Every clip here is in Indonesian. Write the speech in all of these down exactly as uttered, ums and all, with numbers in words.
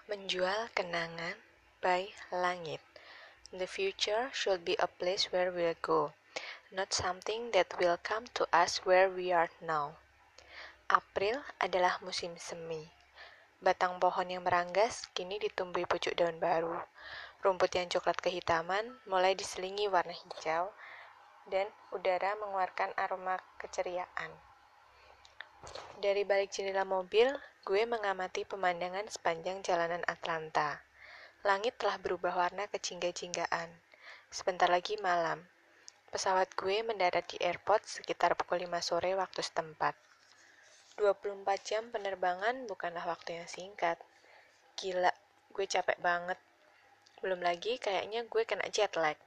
Menjual kenangan by Langit. The future should be a place where we'll go, not something that will come to us where we are now. April adalah musim semi. Batang pohon yang meranggas kini ditumbuhi pucuk daun baru. Rumput yang coklat kehitaman mulai diselingi warna hijau, dan udara mengeluarkan aroma keceriaan. Dari balik jendela mobil, gue mengamati pemandangan sepanjang jalanan Atlanta. Langit telah berubah warna ke jingga-jinggaan. Sebentar lagi malam. Pesawat gue mendarat di airport sekitar pukul lima sore waktu setempat. dua puluh empat jam penerbangan bukanlah waktu yang singkat. Gila, gue capek banget. Belum lagi kayaknya gue kena jet lag.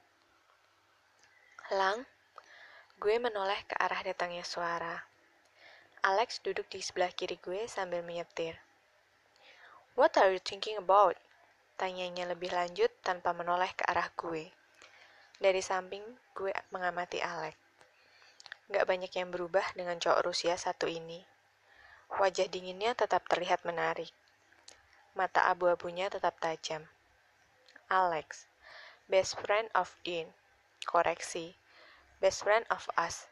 Lang, gue menoleh ke arah datangnya suara. Alex duduk di sebelah kiri gue sambil menyetir. What are you thinking about? Tanyanya lebih lanjut tanpa menoleh ke arah gue. Dari samping, gue mengamati Alex. Gak banyak yang berubah dengan cowok Rusia satu ini. Wajah dinginnya tetap terlihat menarik. Mata abu-abunya tetap tajam. Alex, best friend of Dean. Koreksi, best friend of us.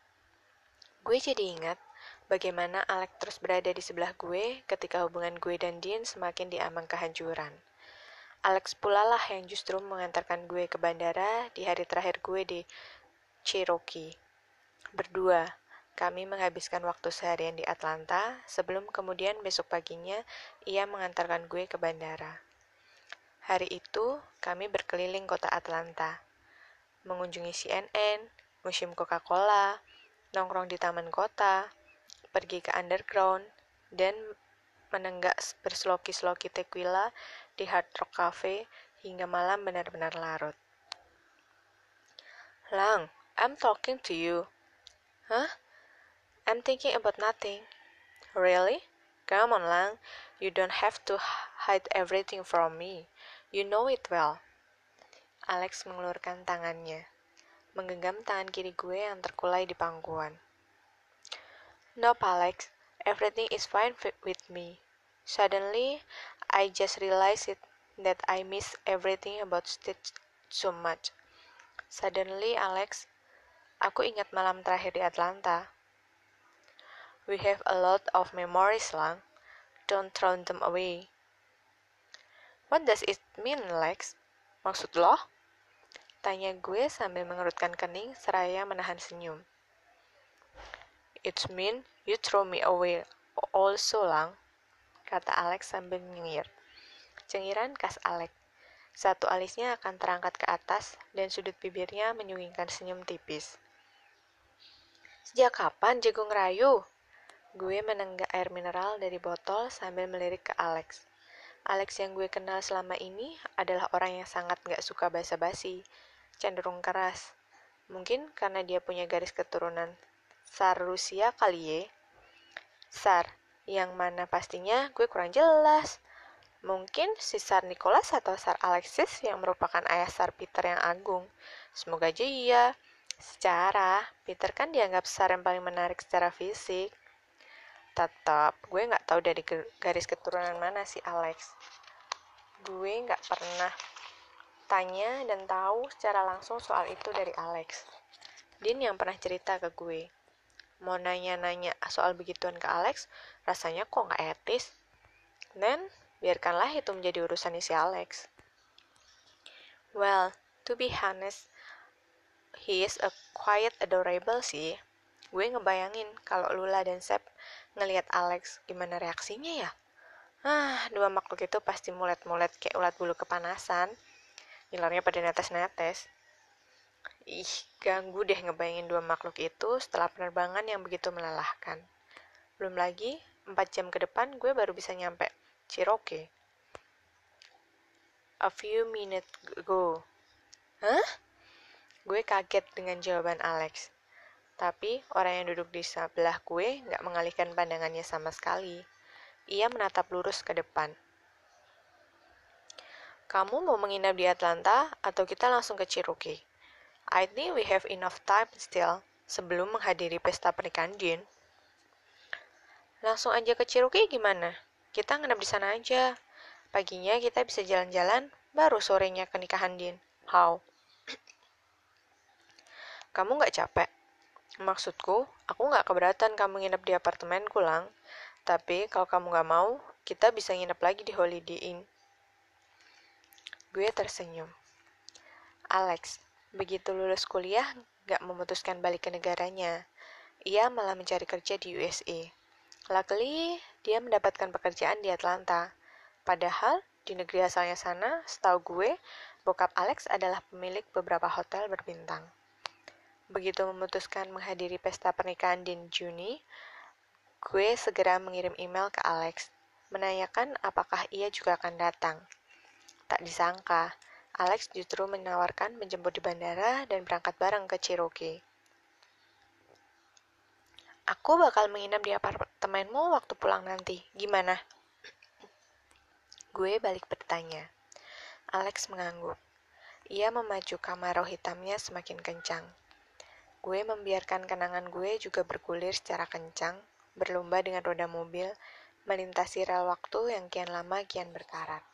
Gue jadi ingat bagaimana Alex terus berada di sebelah gue ketika hubungan gue dan Dean semakin diambang kehancuran. Alex pula lah yang justru mengantarkan gue ke bandara di hari terakhir gue di Cherokee. Berdua, kami menghabiskan waktu seharian di Atlanta sebelum kemudian besok paginya ia mengantarkan gue ke bandara. Hari itu, kami berkeliling kota Atlanta, mengunjungi C N N, museum Coca-Cola, nongkrong di taman kota, pergi ke underground, dan menenggak bersloki-sloki tequila di Hard Rock Cafe hingga malam benar-benar larut. Lang, I'm talking to you. Huh? I'm thinking about nothing. Really? Come on, Lang. You don't have to hide everything from me. You know it well. Alex mengulurkan tangannya, menggenggam tangan kiri gue yang terkulai di pangkuan. Nope, Alex. Everything is fine with me. Suddenly, I just realized it, that I miss everything about Stitch so much. Suddenly, Alex, aku ingat malam terakhir di Atlanta. We have a lot of memories, Lang. Don't throw them away. What does it mean, Alex? Maksud lo? Tanya gue sambil mengerutkan kening seraya menahan senyum. It mean you throw me away also, Lang, kata Alex sambil nyengir. Cengiran khas Alex. Satu alisnya akan terangkat ke atas dan sudut bibirnya menyunggingkan senyum tipis. Sejak kapan jago ngerayu? Gue menenggak air mineral dari botol sambil melirik ke Alex. Alex yang gue kenal selama ini adalah orang yang sangat gak suka basa-basi, cenderung keras. Mungkin karena dia punya garis keturunan Tsar Rusia kali ye. Tsar, yang mana pastinya gue kurang jelas. Mungkin si Tsar Nicholas atau Tsar Alexis yang merupakan ayah Tsar Peter yang agung. Semoga aja iya. Secara, Peter kan dianggap Tsar yang paling menarik secara fisik. Tetap, gue gak tahu dari garis keturunan mana si Alex. Gue gak pernah tanya dan tahu secara langsung soal itu dari Alex. Dean yang pernah cerita ke gue. Mau nanya-nanya soal begituan ke Alex, rasanya kok gak etis. Dan, biarkanlah itu menjadi urusan si Alex. Well, to be honest, he is a quite adorable sih. Gue ngebayangin kalau Lula dan Sep ngelihat Alex, gimana reaksinya ya? Ah, dua makhluk itu pasti mulet-mulet kayak ulat bulu kepanasan. Ngilernya pada netes-netes. Ih, ganggu deh ngebayangin dua makhluk itu setelah penerbangan yang begitu melelahkan. Belum lagi, empat jam ke depan gue baru bisa nyampe Cherokee. A few minutes ago. Hah? Gue kaget dengan jawaban Alex. Tapi orang yang duduk di sebelah gue gak mengalihkan pandangannya sama sekali. Ia menatap lurus ke depan. Kamu mau menginap di Atlanta atau kita langsung ke Cherokee? I think we have enough time still sebelum menghadiri pesta pernikahan Dean. Langsung aja ke Cherokee gimana? Kita nginap di sana aja. Paginya kita bisa jalan-jalan, baru sorenya ke nikahan Din. How? Kamu nggak capek? Maksudku, aku nggak keberatan kamu nginep di apartemenku, Lang. Tapi kalau kamu nggak mau, kita bisa nginep lagi di Holiday Inn. Gue tersenyum. Alex, begitu lulus kuliah, nggak memutuskan balik ke negaranya. Ia malah mencari kerja di U S A. Luckily, dia mendapatkan pekerjaan di Atlanta. Padahal, di negeri asalnya sana, setahu gue, bokap Alex adalah pemilik beberapa hotel berbintang. Begitu memutuskan menghadiri pesta pernikahan di Juni, gue segera mengirim email ke Alex, menanyakan apakah ia juga akan datang. Tak disangka, Alex justru menawarkan menjemput di bandara dan berangkat bareng ke Cherokee. Aku bakal menginap di apartemenmu waktu pulang nanti. Gimana? Gue balik bertanya. Alex mengangguk. Ia memacu kamaro hitamnya semakin kencang. Gue membiarkan kenangan gue juga bergulir secara kencang, berlomba dengan roda mobil, melintasi rel waktu yang kian lama kian berkarat.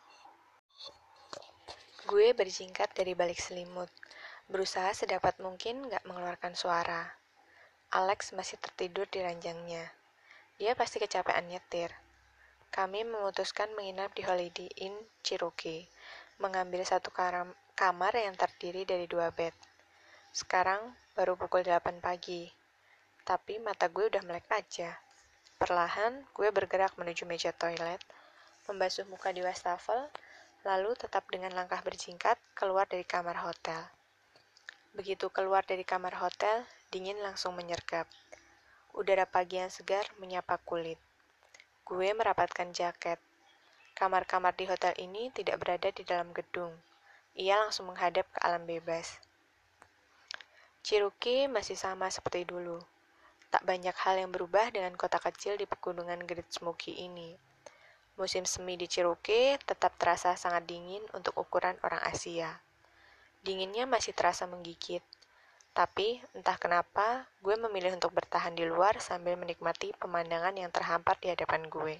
Gue berjingkat dari balik selimut, berusaha sedapat mungkin gak mengeluarkan suara. Alex masih tertidur di ranjangnya. Dia pasti kecapean nyetir. Kami memutuskan menginap di Holiday Inn Cherokee, mengambil satu kamar yang terdiri dari dua bed. Sekarang baru pukul delapan pagi, tapi mata gue udah melek aja. Perlahan, gue bergerak menuju meja toilet, membasuh muka di wastafel, lalu tetap dengan langkah berjingkat keluar dari kamar hotel. Begitu keluar dari kamar hotel, dingin langsung menyergap. Udara pagi yang segar menyapa kulit. Gue merapatkan jaket. Kamar-kamar di hotel ini tidak berada di dalam gedung. Ia langsung menghadap ke alam bebas. Cherokee masih sama seperti dulu. Tak banyak hal yang berubah dengan kota kecil di pegunungan Great Smoky ini. Musim semi di Cherokee tetap terasa sangat dingin untuk ukuran orang Asia. Dinginnya masih terasa menggigit. Tapi, entah kenapa, gue memilih untuk bertahan di luar sambil menikmati pemandangan yang terhampar di hadapan gue.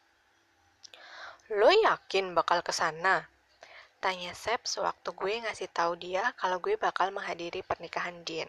Lo yakin bakal ke sana? Tanya Sep sewaktu gue ngasih tahu dia kalau gue bakal menghadiri pernikahan Dean.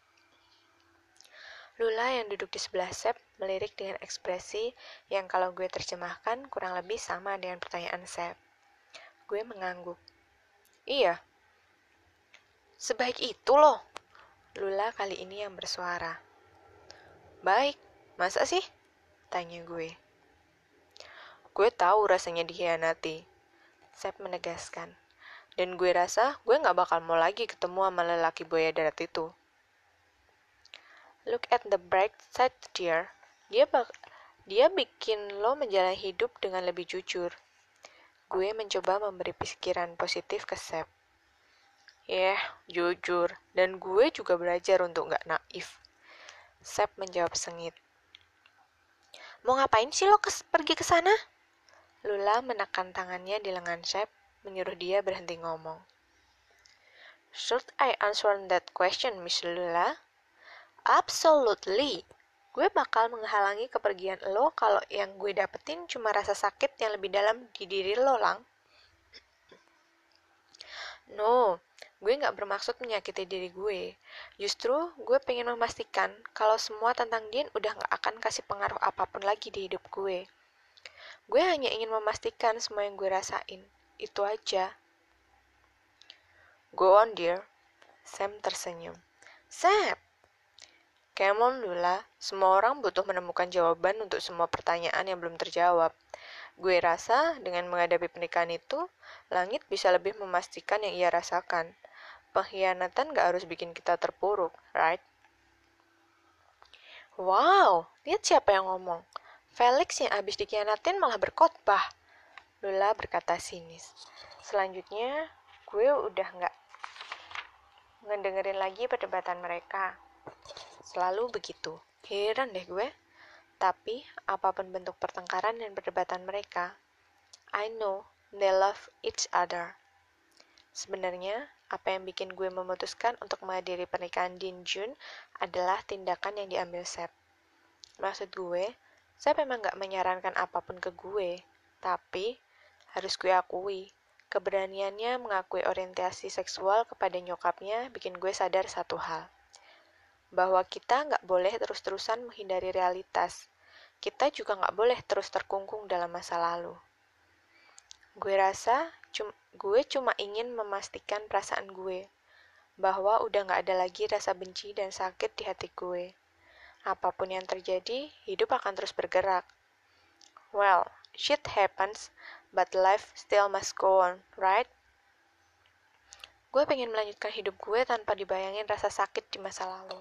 Lula yang duduk di sebelah Sep melirik dengan ekspresi yang kalau gue terjemahkan kurang lebih sama dengan pertanyaan Sep. Gue mengangguk. Iya. Sebaik itu loh. Lula kali ini yang bersuara. Baik, masa sih? Tanya gue. Gue tahu rasanya dikhianati. Sep menegaskan. Dan gue rasa gue gak bakal mau lagi ketemu sama lelaki buaya darat itu. Look at the bright side, dear. Dia bak dia bikin lo menjalani hidup dengan lebih jujur. Gue mencoba memberi pikiran positif ke Sep. Ya, yeah, jujur. Dan gue juga belajar untuk gak naif. Sep menjawab sengit. Mau ngapain sih lo kes- pergi ke sana? Lula menekan tangannya di lengan Sep, menyuruh dia berhenti ngomong. Should I answer that question, Miss Lula? Absolutely. Gue bakal menghalangi kepergian lo kalau yang gue dapetin cuma rasa sakit yang lebih dalam di diri lo, Lang. No, gue gak bermaksud menyakiti diri gue. Justru, gue pengen memastikan kalau semua tentang Dean udah gak akan kasih pengaruh apapun lagi di hidup gue. Gue hanya ingin memastikan semua yang gue rasain. Itu aja. Go on, dear. Sam tersenyum. Sam! Come on, Lula. Semua orang butuh menemukan jawaban untuk semua pertanyaan yang belum terjawab. Gue rasa dengan menghadapi pernikahan itu, langit bisa lebih memastikan yang ia rasakan. Pengkhianatan gak harus bikin kita terpuruk, right? Wow, lihat siapa yang ngomong. Felix yang abis dikhianatin malah berkhotbah. Lula berkata sinis. Selanjutnya, gue udah gak ngedengerin lagi perdebatan mereka. Selalu begitu. Heran deh gue. Tapi, apapun bentuk pertengkaran dan perdebatan mereka, I know they love each other. Sebenarnya, apa yang bikin gue memutuskan untuk menghadiri pernikahan Dean Jun adalah tindakan yang diambil Sep. Maksud gue, Sep memang gak menyarankan apapun ke gue, tapi Harus gue akui, keberaniannya mengakui orientasi seksual kepada nyokapnya bikin gue sadar satu hal. Bahwa kita nggak boleh terus-terusan menghindari realitas. Kita juga nggak boleh terus terkungkung dalam masa lalu. Gue rasa cum gue cuma ingin memastikan perasaan gue, bahwa udah nggak ada lagi rasa benci dan sakit di hati gue. Apapun yang terjadi, hidup akan terus bergerak. Well, shit happens, but life still must go on, right? Gue pengen melanjutkan hidup gue tanpa dibayangin rasa sakit di masa lalu.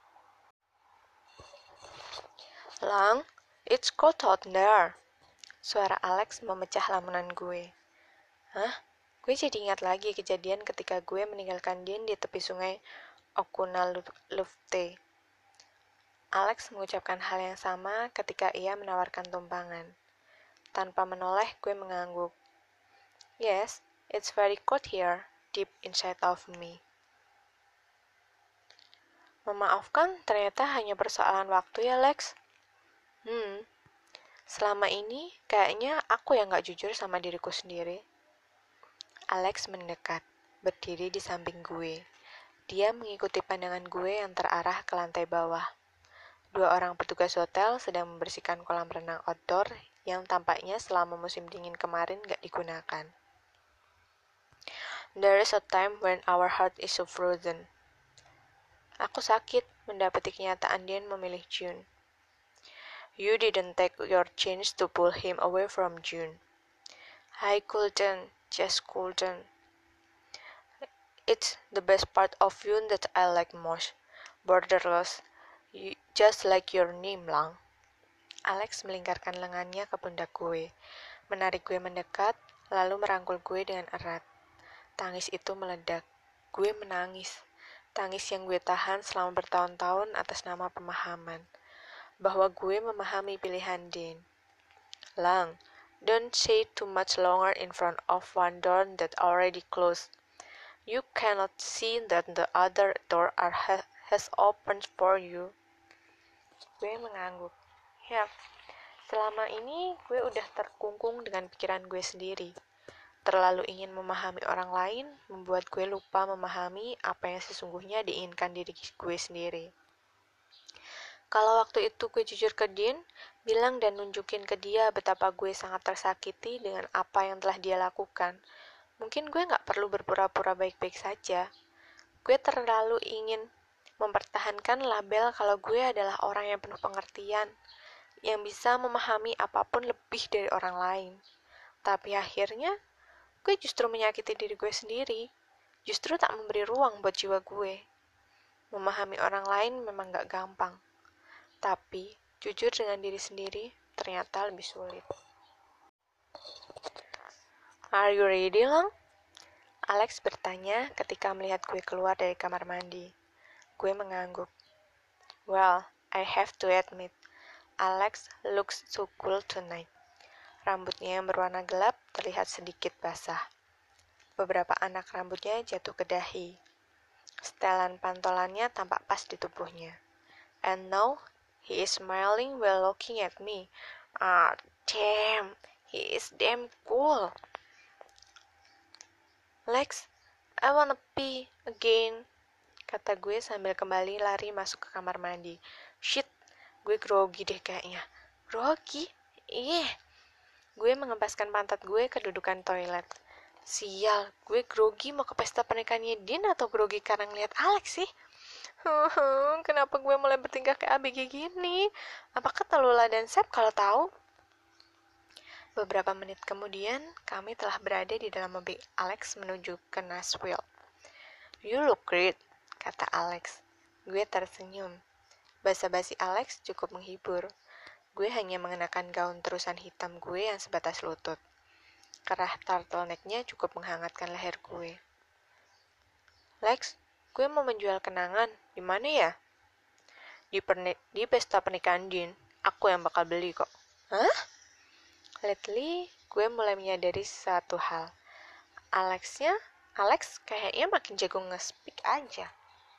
Lang, it's cold out there. Suara Alex memecah lamunan gue. Hah? Gue jadi ingat lagi kejadian ketika gue meninggalkan Dean di tepi sungai Okunalufte. Alex mengucapkan hal yang sama ketika ia menawarkan tumpangan. Tanpa menoleh, gue mengangguk. Yes, it's very cold here, deep inside of me. Memaafkan ternyata hanya persoalan waktu ya, Lex. Hmm, selama ini kayaknya aku yang gak jujur sama diriku sendiri. Alex mendekat, berdiri di samping gue. Dia mengikuti pandangan gue yang terarah ke lantai bawah. Dua orang petugas hotel sedang membersihkan kolam renang outdoor yang tampaknya selama musim dingin kemarin gak digunakan. There is a time when our heart is so frozen. Aku sakit mendapati kenyataan Dean memilih June. You didn't take your chance to pull him away from June. I couldn't, just couldn't. It's the best part of you that I like most. Borderless, you, just like your name, Lang. Alex melingkarkan lengannya ke pundak gue, menarik gue mendekat, lalu merangkul gue dengan erat. Tangis itu meledak. Gue menangis. Tangis yang gue tahan selama bertahun-tahun atas nama pemahaman. Bahwa gue memahami pilihan Dean. Lang, don't say too much longer in front of one door that already closed. You cannot see that the other door are ha- has opened for you. Gue mengangguk. Ya, selama ini gue udah terkungkung dengan pikiran gue sendiri. Terlalu ingin memahami orang lain, membuat gue lupa memahami apa yang sesungguhnya diinginkan diri gue sendiri. Kalau waktu itu gue jujur ke Dean, bilang dan nunjukin ke dia betapa gue sangat tersakiti dengan apa yang telah dia lakukan, mungkin gue gak perlu berpura-pura baik-baik saja. Gue terlalu ingin mempertahankan label kalau gue adalah orang yang penuh pengertian, yang bisa memahami apapun lebih dari orang lain. Tapi akhirnya, gue justru menyakiti diri gue sendiri, justru tak memberi ruang buat jiwa gue. Memahami orang lain memang gak gampang, tapi jujur dengan diri sendiri ternyata lebih sulit. Are you ready, Lang? Alex bertanya ketika melihat gue keluar dari kamar mandi. Gue mengangguk. Well, I have to admit, Alex looks so cool tonight. Rambutnya yang berwarna gelap terlihat sedikit basah. Beberapa anak rambutnya jatuh ke dahi. Setelan pantolannya tampak pas di tubuhnya. And now, he is smiling while looking at me. Ah, damn, he is damn cool. Lex, I wanna pee again, kata gue sambil kembali lari masuk ke kamar mandi. Shit, gue grogi deh kayaknya. Grogi? Ih. Gue mengempaskan pantat gue ke dudukan toilet. Sial, gue grogi mau ke pesta pernikahannya Dean atau grogi karena ngeliat Alex sih? Kenapa gue mulai bertingkah kayak A B G gini? Apakah Talula dan Sep kalau tahu? Beberapa menit kemudian, kami telah berada di dalam mobil Alex menuju ke Nashville. You look great, kata Alex. Gue tersenyum. Basa-basi Alex cukup menghibur. Gue hanya mengenakan gaun terusan hitam gue yang sebatas lutut. Kerah turtleneck-nya cukup menghangatkan leher gue. Lex, gue mau menjual kenangan. Di mana ya? Di, perni- di pesta pernikahan Dean. Aku yang bakal beli kok. Hah? Lately, gue mulai menyadari satu hal. Alexnya, Alex kayaknya makin jago nge-speak aja.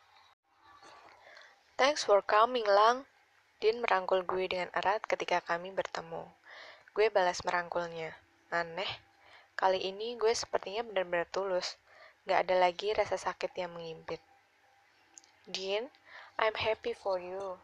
Thanks for coming, Lang. Dean merangkul gue dengan erat ketika kami bertemu. Gue balas merangkulnya. Aneh, Kali ini gue sepertinya benar-benar tulus. Gak ada lagi rasa sakit yang mengimpit. Dean, I'm happy for you.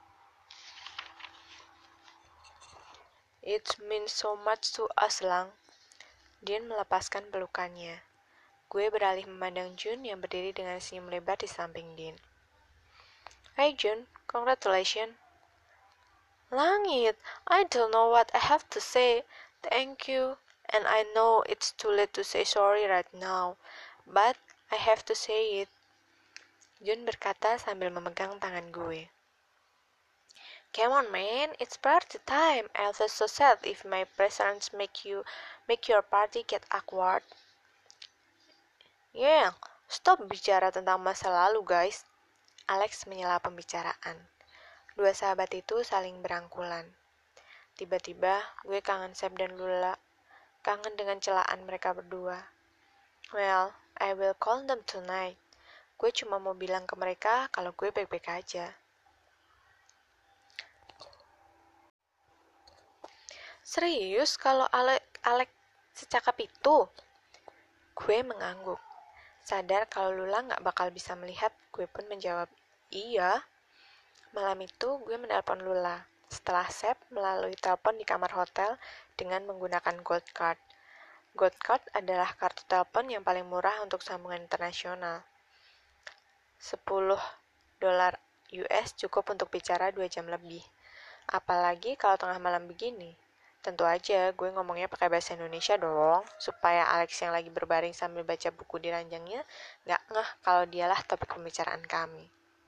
It means so much to us, Lang. Dean melepaskan pelukannya. Gue beralih memandang Jun yang berdiri dengan senyum lebar di samping Dean. Hey Jun, congratulations. Langit, I don't know what I have to say. Thank you. And I know it's too late to say sorry right now. But I have to say it. Jun berkata sambil memegang tangan gue. Come on man, it's party time. I'll feel so sad if my presence make you make your party get awkward. Yeah, stop bicara tentang masa lalu guys. Alex menyela pembicaraan. Dua sahabat itu saling berangkulan. Tiba-tiba gue kangen Seb dan Lula. Kangen dengan celaan mereka berdua. Well, I will call them tonight. Gue cuma mau bilang ke mereka kalau gue baik-baik aja. Serius kalau Alek, Alek secakap itu? Gue mengangguk. Sadar kalau Lula gak bakal bisa melihat, gue pun menjawab, iya. Malam itu gue menelpon Lula. Setelah Seb melalui telepon di kamar hotel dengan menggunakan Gold Card. Gold Card adalah kartu telepon yang paling murah untuk sambungan internasional. sepuluh dolar U S cukup untuk bicara dua jam lebih. Apalagi kalau tengah malam begini. Tentu aja gue ngomongnya pakai bahasa Indonesia dong, supaya Alex yang lagi berbaring sambil baca buku di ranjangnya gak ngeh kalau dialah topik pembicaraan kami.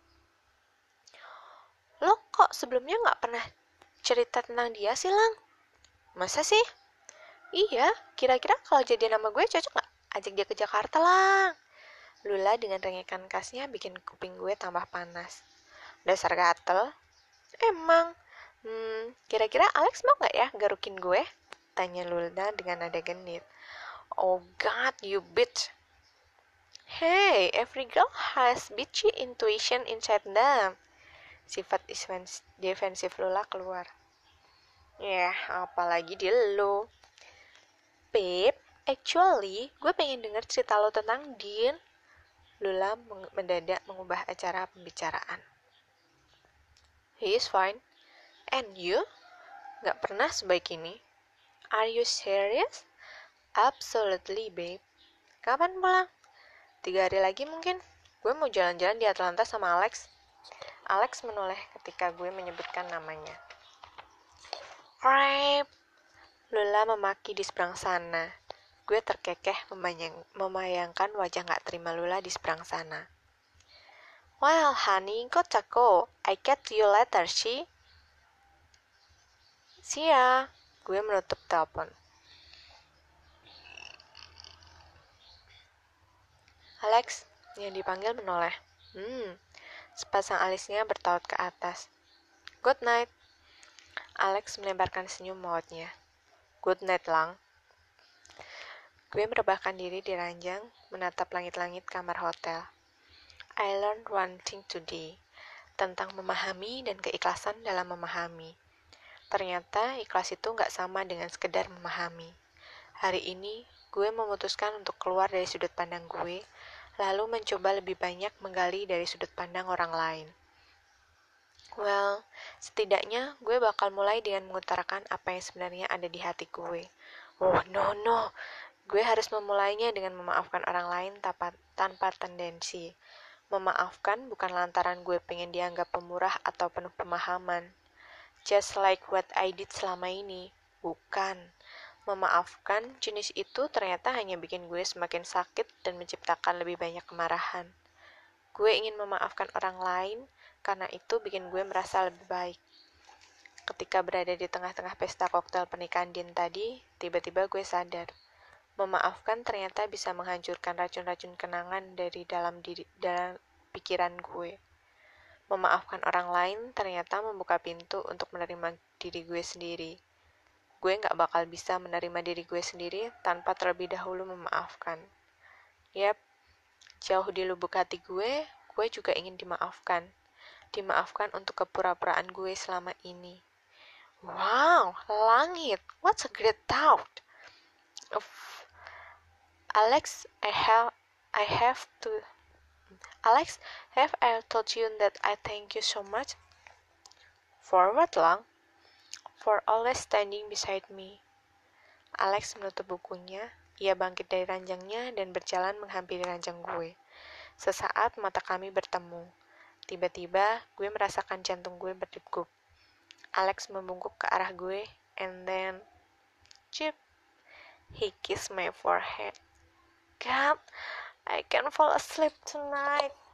Lo kok sebelumnya gak pernah cerita tentang dia sih, Lang? Masa sih? Iya, kira-kira kalau jadi nama gue cocok gak? Ajak dia ke Jakarta, Lang. Lula dengan rengekan khasnya bikin kuping gue tambah panas. Dasar gatel. Emang, hmm, kira-kira Alex mau gak ya garukin gue? Tanya Lula dengan nada genit. Oh God, you bitch. Hey, every girl has bitchy intuition inside them. Sifat defensif Lula keluar. Ya, yeah, apalagi di lo. Babe, actually, gue pengen denger cerita lo tentang Dean. Lula mendadak mengubah acara pembicaraan. He is fine. And you? Gak pernah sebaik ini. Are you serious? Absolutely, babe. Kapan pulang? Tiga hari lagi mungkin. Gue mau jalan-jalan di Atlanta sama Alex. Alex menoleh ketika gue menyebutkan namanya. Rap. Lula memaki di seberang sana. Gue terkekeh membayangkan wajah gak terima Lula di seberang sana. Well, honey, go tako. I catch you later, she. See ya. Gue menutup telepon. Alex, yang dipanggil menoleh. Hmm, sepasang alisnya bertaut ke atas. Good night. Alex melebarkan senyum mautnya. Good night, Lang. Gue merebahkan diri di ranjang, menatap langit-langit kamar hotel. I learned one thing today, tentang memahami dan keikhlasan dalam memahami. Ternyata ikhlas itu gak sama dengan sekedar memahami. Hari ini, gue memutuskan untuk keluar dari sudut pandang gue, lalu mencoba lebih banyak menggali dari sudut pandang orang lain. Well, setidaknya gue bakal mulai dengan mengutarakan apa yang sebenarnya ada di hati gue. Oh no no, gue harus memulainya dengan memaafkan orang lain tanpa, tanpa tendensi. Memaafkan bukan lantaran gue pengen dianggap pemurah atau penuh pemahaman. Just like what I did selama ini. Bukan. Memaafkan jenis itu ternyata hanya bikin gue semakin sakit dan menciptakan lebih banyak kemarahan. Gue ingin memaafkan orang lain karena itu bikin gue merasa lebih baik. Ketika berada di tengah-tengah pesta koktail pernikahan Dean tadi, tiba-tiba gue sadar. Memaafkan ternyata bisa menghancurkan racun-racun kenangan dari dalam diri, dalam pikiran gue. Memaafkan orang lain ternyata membuka pintu untuk menerima diri gue sendiri. Gue gak bakal bisa menerima diri gue sendiri tanpa terlebih dahulu memaafkan. Yap, jauh di lubuk hati gue, gue juga ingin dimaafkan. Dimaafkan untuk kepura-puraan gue selama ini. Wow, langit, what's a great thought? Uff, Alex, I have, I have to, Alex, have I told you that I thank you so much? For what, Lang? For always standing beside me. Alex menutup bukunya, ia bangkit dari ranjangnya dan berjalan menghampiri ranjang gue. Sesaat mata kami bertemu. Tiba-tiba, gue merasakan jantung gue berdegup. Alex membungkuk ke arah gue, and then, chip, he kissed my forehead. God, I can't fall asleep tonight.